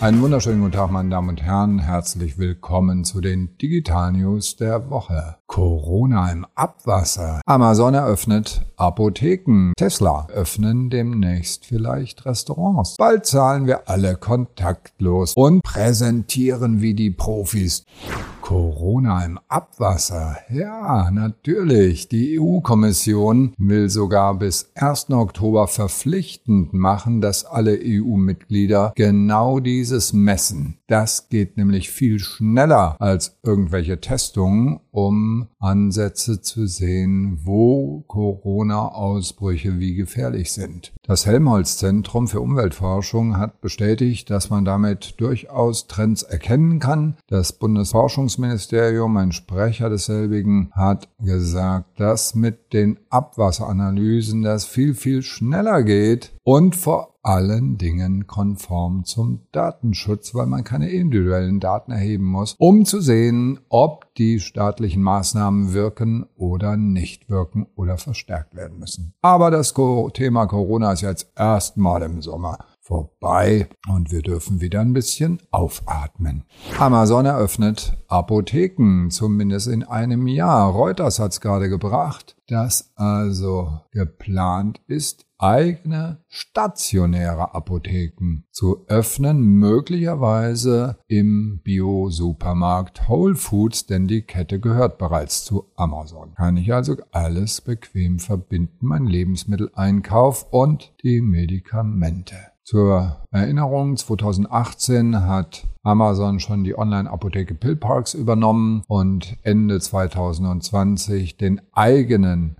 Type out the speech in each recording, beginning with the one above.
Einen wunderschönen guten Tag, meine Damen und Herren. Herzlich willkommen zu den Digital News der Woche. Corona im Abwasser. Amazon eröffnet Apotheken. Tesla öffnen demnächst vielleicht Restaurants. Bald zahlen wir alle kontaktlos und präsentieren wie die Profis. Corona im Abwasser. Ja, natürlich. Die EU-Kommission will sogar bis 1. Oktober verpflichtend machen, dass alle EU-Mitglieder genau dieses messen. Das geht nämlich viel schneller als irgendwelche Testungen, um Ansätze zu sehen, wo Corona-Ausbrüche wie gefährlich sind. Das Helmholtz-Zentrum für Umweltforschung hat bestätigt, dass man damit durchaus Trends erkennen kann. Das Bundesforschungsministerium, ein Sprecher desselbigen, hat gesagt, dass mit den Abwasseranalysen das viel, viel schneller geht und vor allen Dingen konform zum Datenschutz, weil man keine individuellen Daten erheben muss, um zu sehen, ob die staatlichen Maßnahmen wirken oder nicht wirken oder verstärkt werden müssen. Aber das Thema Corona ist jetzt erstmal im Sommer vorbei und wir dürfen wieder ein bisschen aufatmen. Amazon eröffnet Apotheken, zumindest in einem Jahr. Reuters hat es gerade gebracht, dass also geplant ist, eigene stationäre Apotheken zu öffnen, möglicherweise im Bio-Supermarkt Whole Foods, denn die Kette gehört bereits zu Amazon. Kann ich also alles bequem verbinden, mein Lebensmitteleinkauf und die Medikamente. Zur Erinnerung, 2018 hat Amazon schon die Online-Apotheke PillParks übernommen und Ende 2020 den eigenen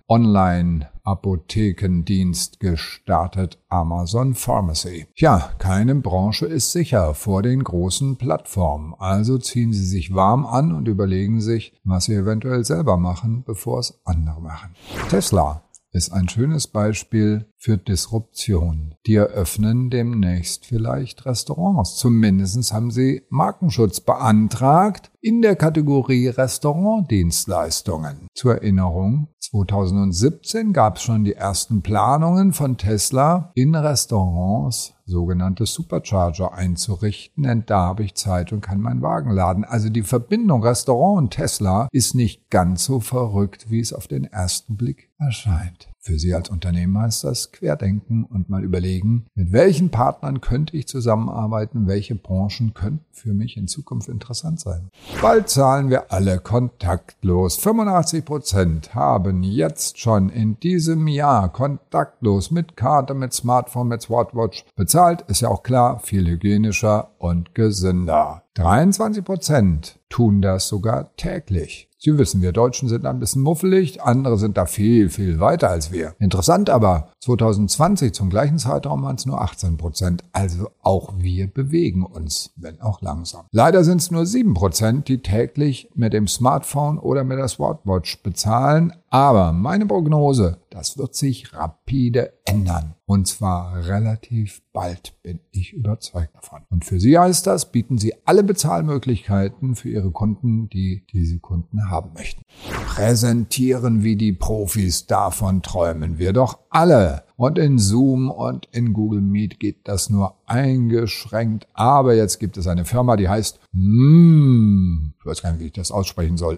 Online-Apothekendienst gestartet, Amazon Pharmacy. Tja, keine Branche ist sicher vor den großen Plattformen. Also ziehen Sie sich warm an und überlegen sich, was Sie eventuell selber machen, bevor es andere machen. Tesla ist ein schönes Beispiel für Disruption. Die eröffnen demnächst vielleicht Restaurants. Zumindest haben sie Markenschutz beantragt in der Kategorie Restaurantdienstleistungen. Zur Erinnerung, 2017 gab es schon die ersten Planungen von Tesla, in Restaurants sogenannte Supercharger einzurichten, denn da habe ich Zeit und kann meinen Wagen laden. Also die Verbindung Restaurant und Tesla ist nicht ganz so verrückt, wie es auf den ersten Blick erscheint. Für Sie als Unternehmer heißt das Querdenken und mal überlegen, mit welchen Partnern könnte ich zusammenarbeiten, welche Branchen könnten für mich in Zukunft interessant sein. Bald zahlen wir alle kontaktlos. 85% haben jetzt schon in diesem Jahr kontaktlos mit Karte, mit Smartphone, mit Smartwatch bezahlt. Ist ja auch klar, viel hygienischer und gesünder. 23% tun das sogar täglich. Sie wissen, wir Deutschen sind ein bisschen muffelig, andere sind da viel, viel weiter als wir. Interessant aber, 2020 zum gleichen Zeitraum waren es nur 18%. Also auch wir bewegen uns, wenn auch langsam. Leider sind es nur 7%, die täglich mit dem Smartphone oder mit der Smartwatch bezahlen. Aber meine Prognose, das wird sich rapide ändern. Und zwar relativ bald, bin ich überzeugt davon. Und für Sie heißt das, bieten Sie alle Bezahlmöglichkeiten für Ihre Kunden, die diese Kunden haben möchten. Präsentieren wie die Profis, davon träumen wir doch alle. Und in Zoom und in Google Meet geht das nur eingeschränkt. Aber jetzt gibt es eine Firma, die heißt ich weiß gar nicht, wie ich das aussprechen soll,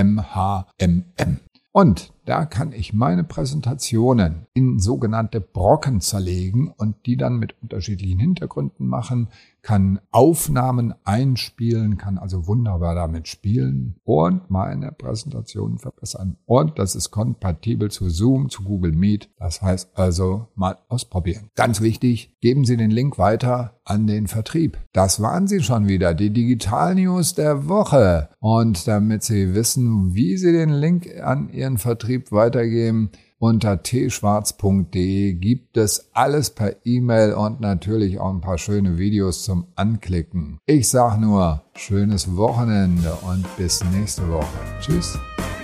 MMHMM. Und da kann ich meine Präsentationen in sogenannte Brocken zerlegen und die dann mit unterschiedlichen Hintergründen machen, kann Aufnahmen einspielen, kann also wunderbar damit spielen und meine Präsentationen verbessern. Und das ist kompatibel zu Zoom, zu Google Meet. Das heißt also mal ausprobieren. Ganz wichtig, geben Sie den Link weiter an den Vertrieb. Das waren sie schon wieder, die Digital News der Woche. Und damit Sie wissen, wie Sie den Link an Ihren Vertrieb weitergeben, unter tschwarz.de gibt es alles per E-Mail und natürlich auch ein paar schöne Videos zum Anklicken. Ich sag nur, schönes Wochenende und bis nächste Woche. Tschüss.